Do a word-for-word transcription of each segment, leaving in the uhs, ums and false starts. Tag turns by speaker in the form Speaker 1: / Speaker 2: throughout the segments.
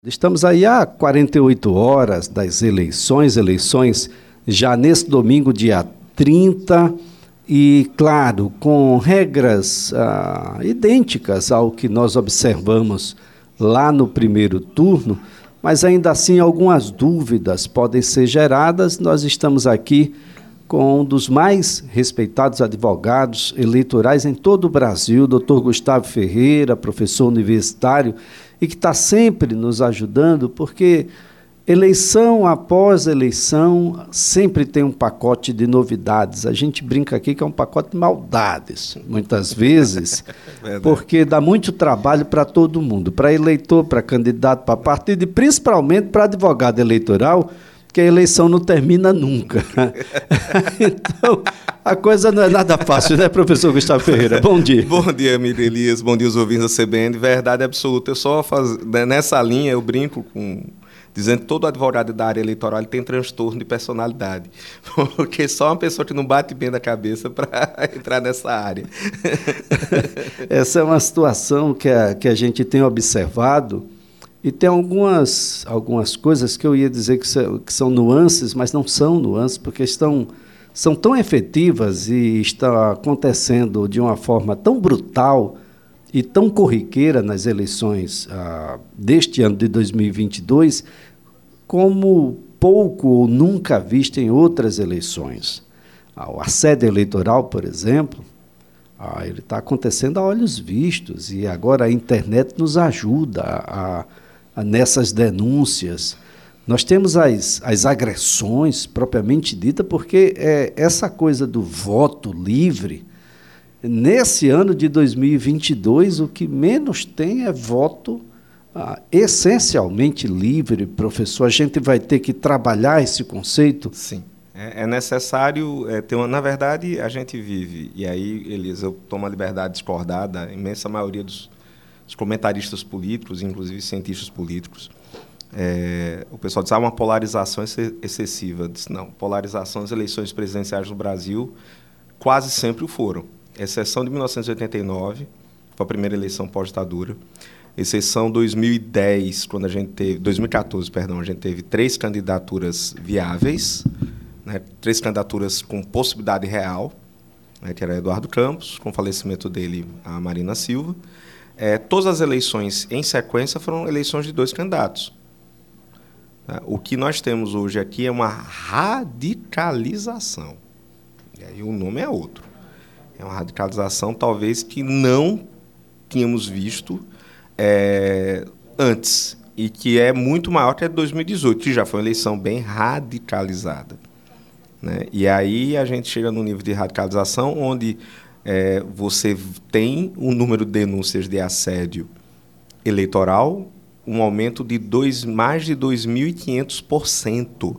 Speaker 1: Estamos aí há quarenta e oito horas das eleições, eleições já nesse domingo, dia trinta, e, claro, com regras ah, idênticas ao que nós observamos lá no primeiro turno, mas ainda assim algumas dúvidas podem ser geradas. Nós estamos aqui com um dos mais respeitados advogados eleitorais em todo o Brasil, doutor Gustavo Ferreira, professor universitário, e que está sempre nos ajudando, porque eleição após eleição sempre tem um pacote de novidades. A gente brinca aqui que é um pacote de maldades, muitas vezes, porque dá muito trabalho para todo mundo, para eleitor, para candidato, para partido e principalmente para advogado eleitoral, que a eleição não termina nunca. Então, a coisa não é nada fácil, né, professor Gustavo Ferreira? Bom dia.
Speaker 2: Bom dia, Emílio Elias. Bom dia, os ouvintes da C B N. Verdade absoluta. Eu só faz... Nessa linha, eu brinco com... dizendo que todo advogado da área eleitoral ele tem transtorno de personalidade. Porque só uma pessoa que não bate bem da cabeça para entrar nessa área.
Speaker 1: Essa é uma situação que a, que a gente tem observado. E tem algumas, algumas coisas que eu ia dizer que são, que são nuances, mas não são nuances, porque estão, são tão efetivas e estão acontecendo de uma forma tão brutal e tão corriqueira nas eleições ah, deste ano de dois mil e vinte e dois, como pouco ou nunca visto em outras eleições. Ah, o assédio eleitoral, por exemplo, ah, ele está acontecendo a olhos vistos, e agora a internet nos ajuda a, a nessas denúncias. Nós temos as, as agressões propriamente dita, porque é essa coisa do voto livre. Nesse ano de dois mil e vinte e dois, o que menos tem é voto ah, essencialmente livre, professor. A gente vai ter que trabalhar esse conceito?
Speaker 2: Sim. É, é necessário é, ter uma... Na verdade, a gente vive, e aí, Elias, eu tomo a liberdade de discordar da imensa maioria dos os comentaristas políticos, inclusive cientistas políticos. É, o pessoal diz, ah, uma polarização excessiva. Diz, não, polarização das eleições presidenciais no Brasil quase sempre o foram. Exceção de mil novecentos e oitenta e nove, foi a primeira eleição pós-ditadura. Exceção dois mil e dez, quando a gente teve... dois mil e quatorze, perdão, a gente teve três candidaturas viáveis, né, três candidaturas com possibilidade real, né, que era Eduardo Campos, com o falecimento dele, a Marina Silva. É, todas as eleições em sequência foram eleições de dois candidatos. Tá? O que nós temos hoje aqui é uma radicalização. E aí o nome é outro. É uma radicalização, talvez, que não tínhamos visto é, antes, e que é muito maior que a de dois mil e dezoito, que já foi uma eleição bem radicalizada. Né? E aí a gente chega num nível de radicalização onde... É, você tem um número de denúncias de assédio eleitoral, um aumento de dois, mais de dois mil e quinhentos por cento,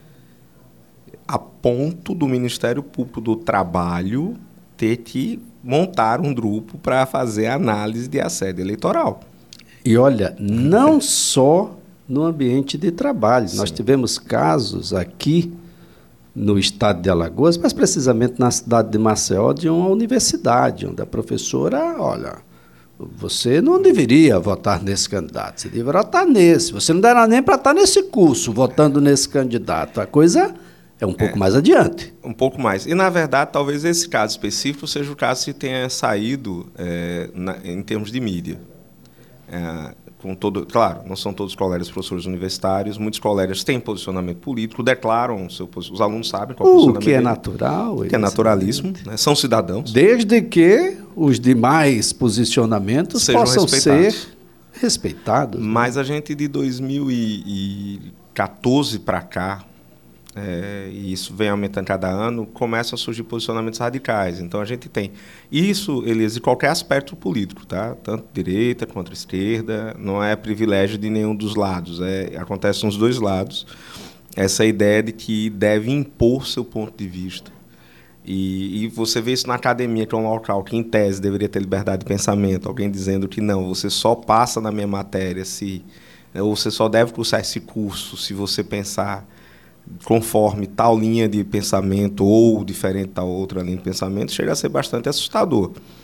Speaker 2: a ponto do Ministério Público do Trabalho ter que montar um grupo para fazer análise de assédio eleitoral.
Speaker 1: E olha, não só no ambiente de trabalho. Sim. Nós tivemos casos aqui no estado de Alagoas, mas precisamente na cidade de Maceió, de uma universidade, onde a professora, olha, você não deveria votar nesse candidato, você deveria votar nesse, você não dará nem para estar nesse curso, votando nesse candidato. A coisa é um pouco é, mais adiante.
Speaker 2: Um pouco mais. E, na verdade, talvez esse caso específico seja o caso que tenha saído é, na, em termos de mídia. É, com todo, claro, não são todos colegas professores universitários, muitos colegas têm posicionamento político, declaram, seu, os alunos sabem qual é o posicionamento.
Speaker 1: O que é natural.
Speaker 2: Que é naturalismo, né? São cidadãos.
Speaker 1: Desde que os demais posicionamentos
Speaker 2: sejam
Speaker 1: possam
Speaker 2: respeitados.
Speaker 1: ser respeitados.
Speaker 2: Mas a gente, de dois mil e quatorze para cá, É, e isso vem aumentando cada ano, começam a surgir posicionamentos radicais. Então, a gente tem isso, Elias, em qualquer aspecto político, tá? Tanto direita quanto esquerda, não é privilégio de nenhum dos lados, é, acontece nos dois lados, essa ideia de que deve impor seu ponto de vista. E, e você vê isso na academia, que é um local que, em tese, deveria ter liberdade de pensamento, alguém dizendo que não, você só passa na minha matéria, se, ou você só deve cursar esse curso se você pensar conforme tal linha de pensamento ou diferente da outra linha de pensamento, chega a ser bastante assustador.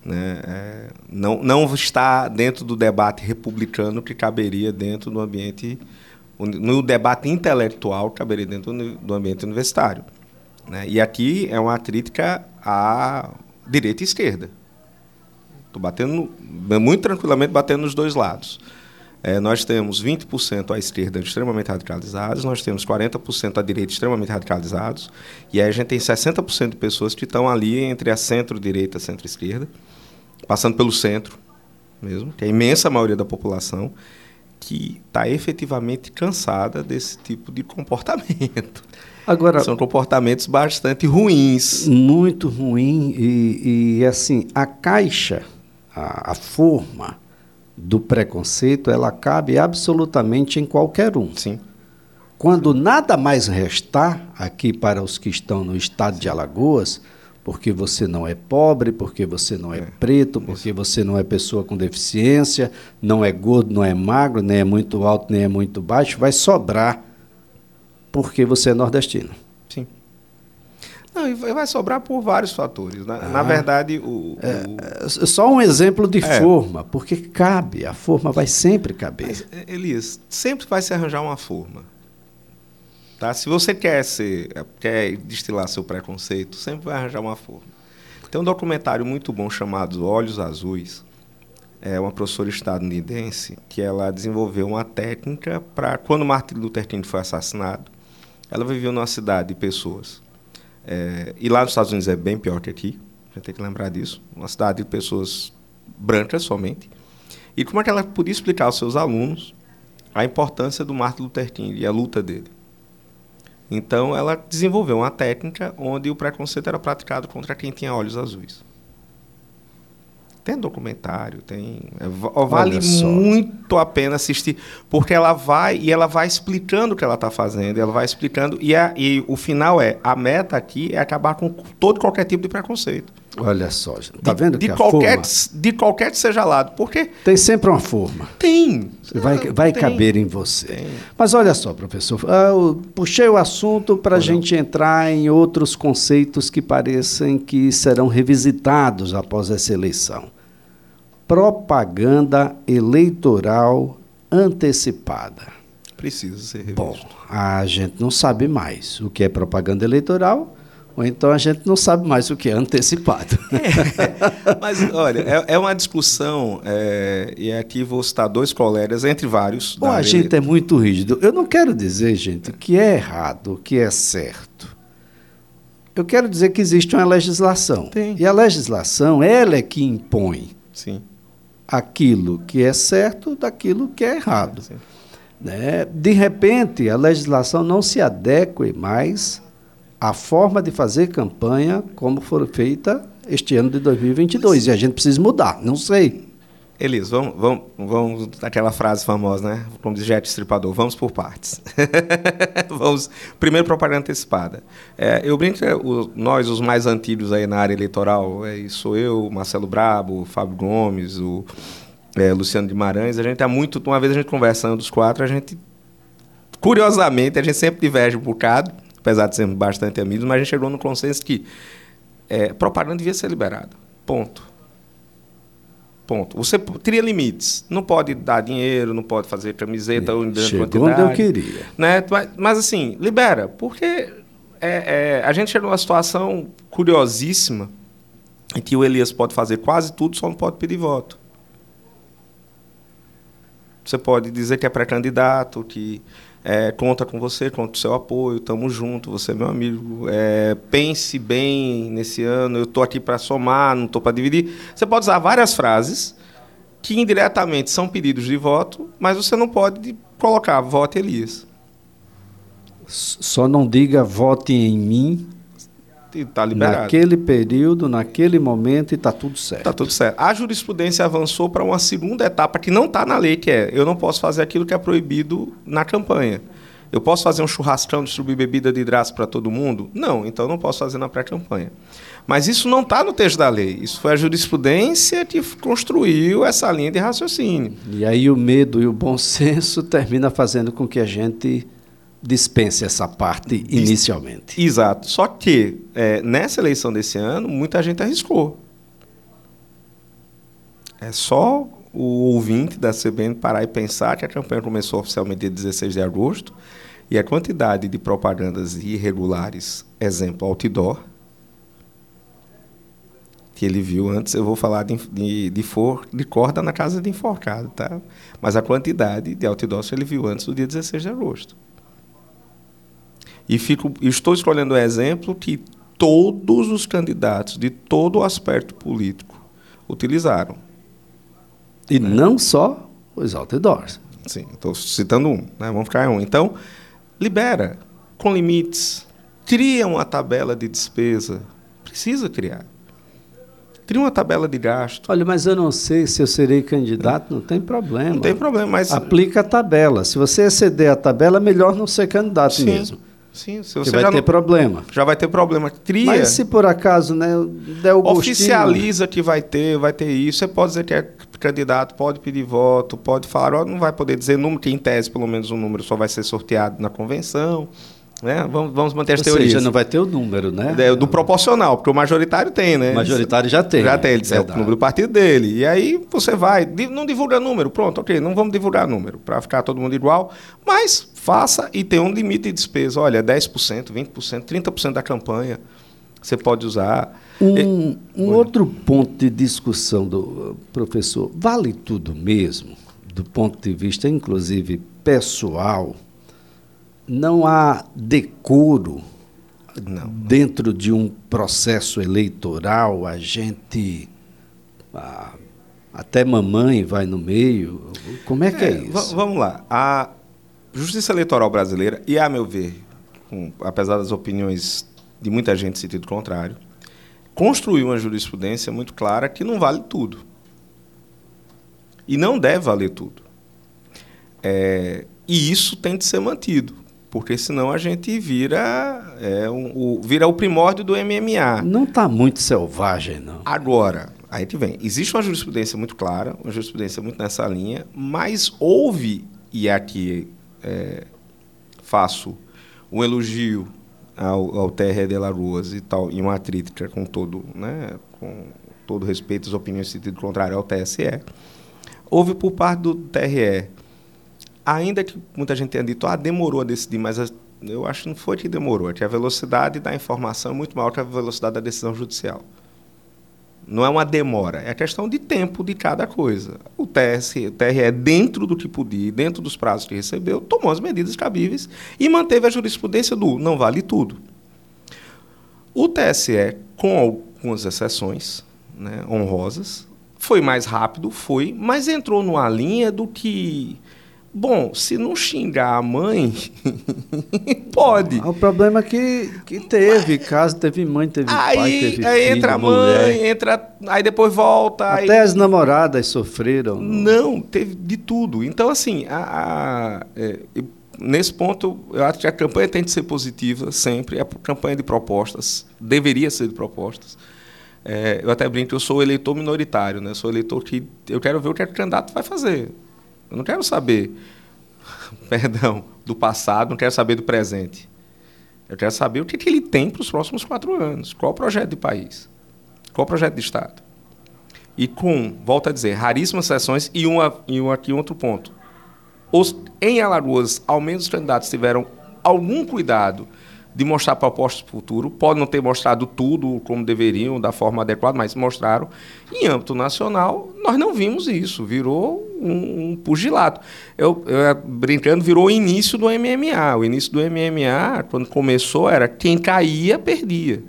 Speaker 2: né? É, não, não está dentro do debate republicano que caberia dentro do ambiente, no debate intelectual que caberia dentro do ambiente universitário, né? E aqui é uma crítica à direita e esquerda. Estou batendo, muito tranquilamente batendo nos dois lados. É, nós temos vinte por cento à esquerda extremamente radicalizados, nós temos quarenta por cento à direita extremamente radicalizados, e aí a gente tem sessenta por cento de pessoas que estão ali entre a centro-direita e a centro-esquerda, passando pelo centro mesmo, que é a imensa maioria da população, que está efetivamente cansada desse tipo de comportamento.
Speaker 1: Agora,
Speaker 2: são comportamentos bastante ruins.
Speaker 1: Muito ruim, e, e assim, a caixa, a, a forma do preconceito, ela cabe absolutamente em qualquer um.
Speaker 2: Sim.
Speaker 1: Quando nada mais restar aqui para os que estão no estado de Alagoas, porque você não é pobre, porque você não é, é preto, porque isso. Você não é pessoa com deficiência, não é gordo, não é magro, nem é muito alto, nem é muito baixo, vai sobrar porque você é nordestino.
Speaker 2: Sim. Não, e vai sobrar por vários fatores. Na, ah, na verdade, o,
Speaker 1: é, o... só um exemplo de é. forma, porque cabe, a forma vai sempre caber.
Speaker 2: Mas, Elias, sempre vai se arranjar uma forma. Tá? Se você quer, ser, quer destilar seu preconceito, sempre vai arranjar uma forma. Tem um documentário muito bom chamado Olhos Azuis. É uma professora estadunidense que ela desenvolveu uma técnica para, quando Martin Luther King foi assassinado, ela viveu numa cidade de pessoas. É, e lá nos Estados Unidos é bem pior que aqui, a gente tem que lembrar disso. Uma cidade de pessoas brancas somente. E como é que ela podia explicar aos seus alunos a importância do Martin Luther King e a luta dele? Então, ela desenvolveu uma técnica onde o preconceito era praticado contra quem tinha olhos azuis. Tem documentário, tem... Vale muito a pena assistir, porque ela vai e ela vai explicando o que ela está fazendo, ela vai explicando, e, a, e o final é, a meta aqui é acabar com todo qualquer tipo de preconceito.
Speaker 1: Olha só, está vendo
Speaker 2: de,
Speaker 1: que
Speaker 2: de qualquer,
Speaker 1: a forma...
Speaker 2: De qualquer que seja lado, porque...
Speaker 1: Tem sempre uma forma.
Speaker 2: Tem.
Speaker 1: Vai, vai tem, caber em você. Tem. Mas olha só, professor, eu puxei o assunto para a gente entrar em outros conceitos que parecem que serão revisitados após essa eleição. Propaganda eleitoral antecipada.
Speaker 2: Precisa ser revisto.
Speaker 1: Bom, a gente não sabe mais o que é propaganda eleitoral, ou então a gente não sabe mais o que é antecipado.
Speaker 2: É, mas, olha, é, é uma discussão, é, e aqui vou citar dois colegas, entre vários.
Speaker 1: Ou a gente é muito rígido. Eu não quero dizer, gente, que é errado, que é certo. Eu quero dizer que existe uma legislação.
Speaker 2: Tem.
Speaker 1: E a legislação, ela é que impõe.
Speaker 2: Sim.
Speaker 1: Aquilo que é certo daquilo que é errado. Né? De repente, a legislação não se adeque mais à forma de fazer campanha como foi feita este ano de dois mil e vinte e dois. E a gente precisa mudar, não sei.
Speaker 2: Elias, vamos, vamos, vamos aquela frase famosa, né? Como diz Jet Stripador, vamos por partes. Vamos, primeiro, propaganda antecipada. É, eu brinco, o, nós, os mais antigos aí na área eleitoral, é, sou eu, Marcelo Brabo, Fábio Gomes, o é, Luciano Guimarães, a gente há muito, uma vez a gente conversando os quatro, a gente, curiosamente, a gente sempre diverge um bocado, apesar de sermos bastante amigos, mas a gente chegou no consenso que é, propaganda devia ser liberada. Ponto. Ponto. Você teria limites. Não pode dar dinheiro, não pode fazer camiseta ou em grande
Speaker 1: chegou
Speaker 2: quantidade.
Speaker 1: Onde eu queria.
Speaker 2: Né? Mas, mas, assim, libera. Porque é, é, a gente chegou numa situação curiosíssima em que o Elias pode fazer quase tudo, só não pode pedir voto. Você pode dizer que é pré-candidato, que é, conta com você, conta com o seu apoio, estamos juntos, você é meu amigo, é, pense bem nesse ano, eu estou aqui para somar, não estou para dividir. Você pode usar várias frases que indiretamente são pedidos de voto, mas você não pode colocar vote Elias.
Speaker 1: Só não diga vote em mim.
Speaker 2: Está liberado.
Speaker 1: Naquele período, naquele momento, e está tudo certo.
Speaker 2: Está tudo certo. A jurisprudência avançou para uma segunda etapa que não está na lei, que é, eu não posso fazer aquilo que é proibido na campanha. Eu posso fazer um churrascão, distribuir bebida de graça para todo mundo? Não, então eu não posso fazer na pré-campanha. Mas isso não está no texto da lei. Isso foi a jurisprudência que construiu essa linha de raciocínio.
Speaker 1: E aí o medo e o bom senso termina fazendo com que a gente dispense essa parte inicialmente.
Speaker 2: Exato. Só que, é, nessa eleição desse ano, muita gente arriscou. É só o ouvinte da C B N parar e pensar que a campanha começou oficialmente dia dezesseis de agosto e a quantidade de propagandas irregulares, exemplo, outdoor, que ele viu antes, eu vou falar de, de, de, for, de corda na casa de enforcado, tá? Mas a quantidade de outdoors que ele viu antes do dia dezesseis de agosto. E fico, estou escolhendo o exemplo que todos os candidatos de todo o aspecto político utilizaram.
Speaker 1: E né? Não só os outdoors.
Speaker 2: Sim, estou citando um, né? Vamos ficar em um. Então, libera, com limites, cria uma tabela de despesa. Precisa criar. Cria uma tabela de gasto.
Speaker 1: Olha, mas eu não sei se eu serei candidato, não tem problema.
Speaker 2: Não tem problema, mas...
Speaker 1: Aplica a tabela. Se você exceder a tabela, é melhor não ser candidato
Speaker 2: sim,
Speaker 1: mesmo.
Speaker 2: Sim, se
Speaker 1: você
Speaker 2: você
Speaker 1: vai
Speaker 2: já
Speaker 1: ter
Speaker 2: não,
Speaker 1: problema.
Speaker 2: Já vai ter problema. Cria.
Speaker 1: Mas se por acaso, né, der o gostinho...
Speaker 2: Oficializa que vai ter, vai ter isso. Você pode dizer que é candidato, pode pedir voto, pode falar, ó, não vai poder dizer número, que em tese, pelo menos, um número só vai ser sorteado na convenção. Né? Vamos, vamos manter as
Speaker 1: Ou
Speaker 2: teorias.
Speaker 1: Seja, não vai ter o número, né?
Speaker 2: É, do proporcional, porque o majoritário tem, né?
Speaker 1: O majoritário já tem.
Speaker 2: Já tem, ele diz, é o número do partido dele. E aí você vai, não divulga número, pronto, ok, não vamos divulgar número, para ficar todo mundo igual, mas faça e tem um limite de despesa. Olha, dez por cento, vinte por cento, trinta por cento da campanha você pode usar.
Speaker 1: Um, um outro ponto de discussão do professor, vale tudo mesmo, do ponto de vista, inclusive, pessoal. Não há decoro não. Dentro de um processo eleitoral, a gente, a, até mamãe vai no meio. Como é que é, é isso?
Speaker 2: Vamos lá. A Justiça Eleitoral brasileira, e a meu ver, com, apesar das opiniões de muita gente em sentido contrário, construiu uma jurisprudência muito clara que não vale tudo. E não deve valer tudo. É, e isso tem de ser mantido. Porque senão a gente vira, é, um, o, vira o primórdio do M M A.
Speaker 1: Não está muito selvagem, não.
Speaker 2: Agora, aí que vem. Existe uma jurisprudência muito clara, uma jurisprudência muito nessa linha, mas houve, e aqui é, faço um elogio ao, ao T R E de Alagoas e tal, e uma crítica com todo, né, com todo respeito às opiniões em sentido contrário ao T S E, houve por parte do T R E, ainda que muita gente tenha dito, ah, demorou a decidir, mas eu acho que não foi que demorou, é que a velocidade da informação é muito maior que a velocidade da decisão judicial. Não é uma demora, é a questão de tempo de cada coisa. O T S E, o T R E, dentro do que podia, dentro dos prazos que recebeu, tomou as medidas cabíveis e manteve a jurisprudência do não vale tudo. O T S E, com algumas exceções, né, honrosas, foi mais rápido, foi, mas entrou numa linha do que... Bom, se não xingar a mãe, pode.
Speaker 1: O problema é que, que teve caso, teve mãe, teve
Speaker 2: aí,
Speaker 1: pai, teve
Speaker 2: aí
Speaker 1: filho,
Speaker 2: entra a mãe,
Speaker 1: mulher.
Speaker 2: entra, aí depois volta.
Speaker 1: Até
Speaker 2: aí...
Speaker 1: as namoradas sofreram.
Speaker 2: Não, teve de tudo. Então, assim, a, a, é, nesse ponto, eu acho que a campanha tem de ser positiva sempre. A campanha de propostas deveria ser de propostas. É, eu até brinco que eu sou eleitor minoritário, né? Sou eleitor que eu quero ver o que o candidato vai fazer. Eu não quero saber, perdão, do passado, não quero saber do presente. Eu quero saber o que, que ele tem para os próximos quatro anos. Qual o projeto de país? Qual o projeto de Estado? E com, volto a dizer, raríssimas sessões e, uma, e um, aqui um outro ponto. Os, em Alagoas, ao menos os candidatos tiveram algum cuidado de mostrar propostas para o futuro. Pode não ter mostrado tudo como deveriam, da forma adequada, mas mostraram. Em âmbito nacional, nós não vimos isso. Virou um, um pugilato. Eu, eu, brincando, virou o início do M M A. O início do M M A, quando começou, era quem caía, perdia.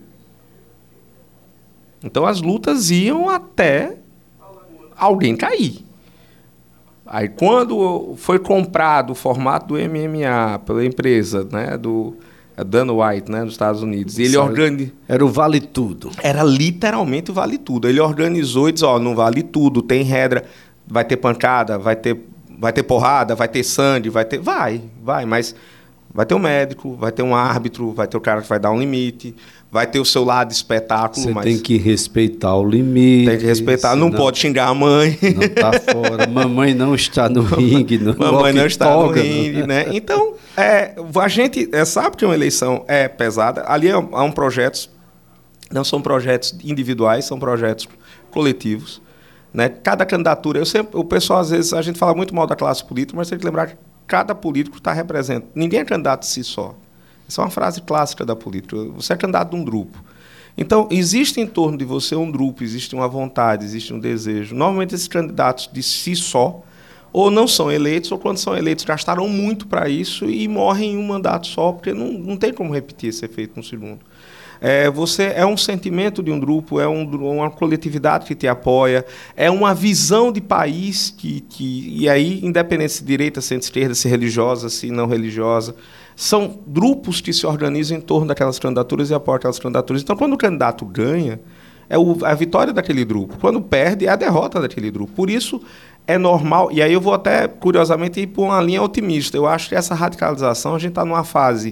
Speaker 2: Então, as lutas iam até alguém cair. Aí, quando foi comprado o formato do M M A pela empresa, né, do... Dan White, né, nos Estados Unidos. E ele organi...
Speaker 1: Era o vale tudo.
Speaker 2: Era literalmente o vale tudo. Ele organizou e disse, ó, não vale tudo, tem regra, vai ter pancada, vai ter, vai ter porrada, vai ter sangue, vai ter... Vai, vai, mas vai ter um médico, vai ter um árbitro, vai ter o cara que vai dar um limite, vai ter o seu lado espetáculo,
Speaker 1: Você
Speaker 2: mas...
Speaker 1: tem que respeitar o limite.
Speaker 2: Tem que respeitar, não pode xingar a mãe.
Speaker 1: Não está fora, mamãe não está no ringue. No
Speaker 2: mamãe não está no ringue, né? Então... É, a gente é, sabe que uma eleição é pesada. Ali há um projetos, não são projetos individuais, são projetos coletivos. né? Cada candidatura, eu sempre, o pessoal às vezes, a gente fala muito mal da classe política, mas tem que lembrar que cada político está representando. Ninguém é candidato de si só. Essa é uma frase clássica da política. Você é candidato de um grupo. Então, existe em torno de você um grupo, existe uma vontade, existe um desejo. Normalmente, esses candidatos de si só, ou não são eleitos, ou quando são eleitos, gastaram muito para isso e morrem em um mandato só, porque não, não tem como repetir esse efeito no segundo. É, você é um sentimento de um grupo, é um, uma coletividade que te apoia, é uma visão de país que, que e aí, independente se direita, centro-esquerda, se religiosa, se não religiosa, são grupos que se organizam em torno daquelas candidaturas e apoiam aquelas candidaturas. Então, quando o candidato ganha, é o, a vitória daquele grupo. Quando perde, é a derrota daquele grupo. Por isso, é normal, e aí eu vou até, curiosamente, ir por uma linha otimista. Eu acho que essa radicalização, a gente está numa fase...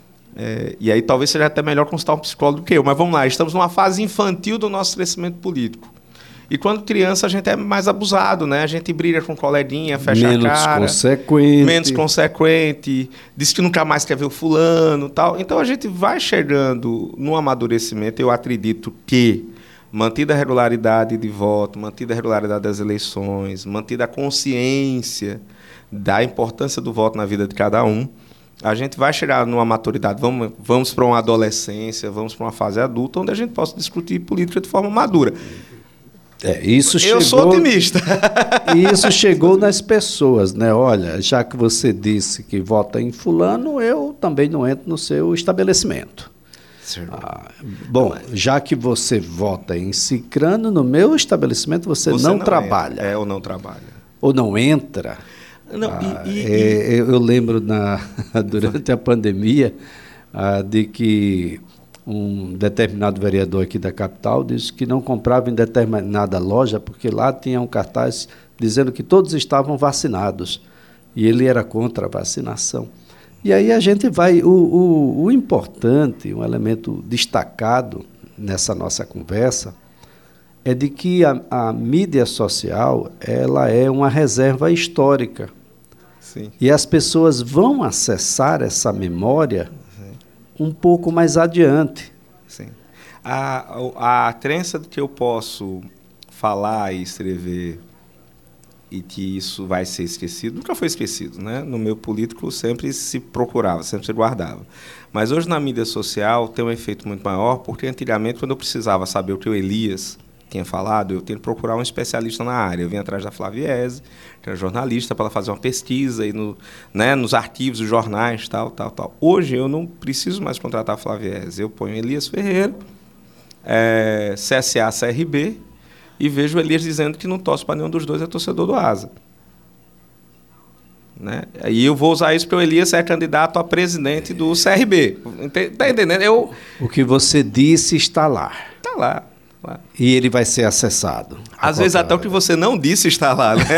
Speaker 2: É, e aí talvez seja até melhor consultar um psicólogo do que eu, mas vamos lá, estamos numa fase infantil do nosso crescimento político. E quando criança a gente é mais abusado, né? A gente briga com coleguinha, fecha
Speaker 1: menos
Speaker 2: a cara.
Speaker 1: Consequente.
Speaker 2: Menos consequente. Diz que nunca mais quer ver o fulano, tal. Então a gente vai chegando no amadurecimento. Eu acredito que, mantida a regularidade de voto, mantida a regularidade das eleições, mantida a consciência da importância do voto na vida de cada um, a gente vai chegar numa maturidade, vamos, vamos para uma adolescência, vamos para uma fase adulta, onde a gente possa discutir política de forma madura.
Speaker 1: É, isso
Speaker 2: eu
Speaker 1: chegou,
Speaker 2: sou otimista.
Speaker 1: E isso chegou nas pessoas, né? Olha, já que você disse que vota em fulano, eu também não entro no seu estabelecimento. Ah, bom, já que você vota em cicrano, no meu estabelecimento você, você não, não trabalha.
Speaker 2: É, ou não trabalha.
Speaker 1: Ou não entra.
Speaker 2: Não,
Speaker 1: ah,
Speaker 2: e, e,
Speaker 1: é, eu lembro na, durante a pandemia ah, de que um determinado vereador aqui da capital disse que não comprava em determinada loja porque lá tinha um cartaz dizendo que todos estavam vacinados e ele era contra a vacinação. E aí a gente vai... O, o, o importante, um elemento destacado nessa nossa conversa é de que a, a mídia social ela é uma reserva histórica.
Speaker 2: Sim.
Speaker 1: E as pessoas vão acessar essa memória Sim. um pouco mais adiante.
Speaker 2: Sim. A, a crença de que eu posso falar e escrever e que isso vai ser esquecido, nunca foi esquecido, né? No meu político sempre se procurava, sempre se guardava. Mas hoje na mídia social tem um efeito muito maior, porque antigamente, quando eu precisava saber o que o Elias tinha falado, eu tinha que procurar um especialista na área. Eu vim atrás da Flaviese, que era jornalista, para ela fazer uma pesquisa e no, né, nos arquivos dos jornais, tal, tal, tal. Hoje eu não preciso mais contratar a Flaviese. Eu ponho Elias Ferreira, é, C S A, C R B, e vejo o Elias dizendo que não torce para nenhum dos dois, é torcedor do Asa. Né? E eu vou usar isso porque o Elias é candidato a presidente do C R B. Está entendendo? Eu...
Speaker 1: O que você disse está lá.
Speaker 2: Está lá. Lá.
Speaker 1: E ele vai ser acessado.
Speaker 2: Às vezes até hora. O que você não disse está lá, né?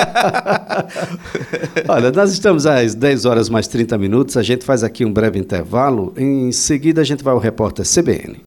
Speaker 1: Olha, nós estamos às dez horas mais trinta minutos, a gente faz aqui um breve intervalo, em seguida a gente vai ao repórter C B N.